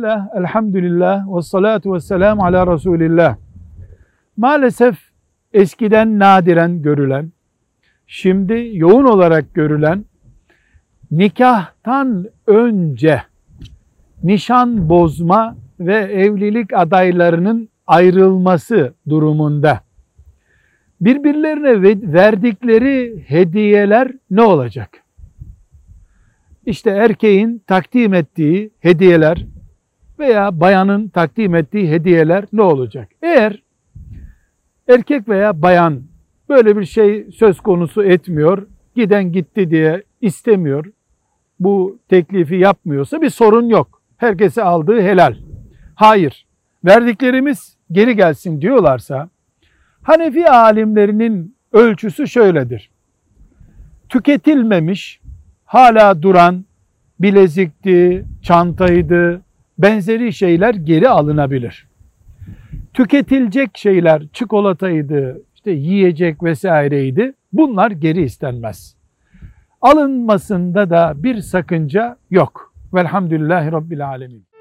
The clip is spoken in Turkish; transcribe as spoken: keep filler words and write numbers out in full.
Bismillah, elhamdülillah, ve salatu ve selamu ala Resulillah. Maalesef eskiden nadiren görülen, şimdi yoğun olarak görülen, nikahtan önce nişan bozma ve evlilik adaylarının ayrılması durumunda birbirlerine verdikleri hediyeler ne olacak? İşte erkeğin takdim ettiği hediyeler veya bayanın takdim ettiği hediyeler ne olacak? Eğer erkek veya bayan böyle bir şey söz konusu etmiyor, giden gitti diye istemiyor, bu teklifi yapmıyorsa bir sorun yok. Herkese aldığı helal. Hayır, verdiklerimiz geri gelsin diyorlarsa, Hanefi alimlerinin ölçüsü şöyledir. Tüketilmemiş, hala duran bilezikti, çantaydı, benzeri şeyler geri alınabilir. Tüketilecek şeyler, çikolataydı, işte yiyecek vesaireydi, bunlar geri istenmez. Alınmasında da bir sakınca yok. Velhamdülillahi Rabbil Alemin.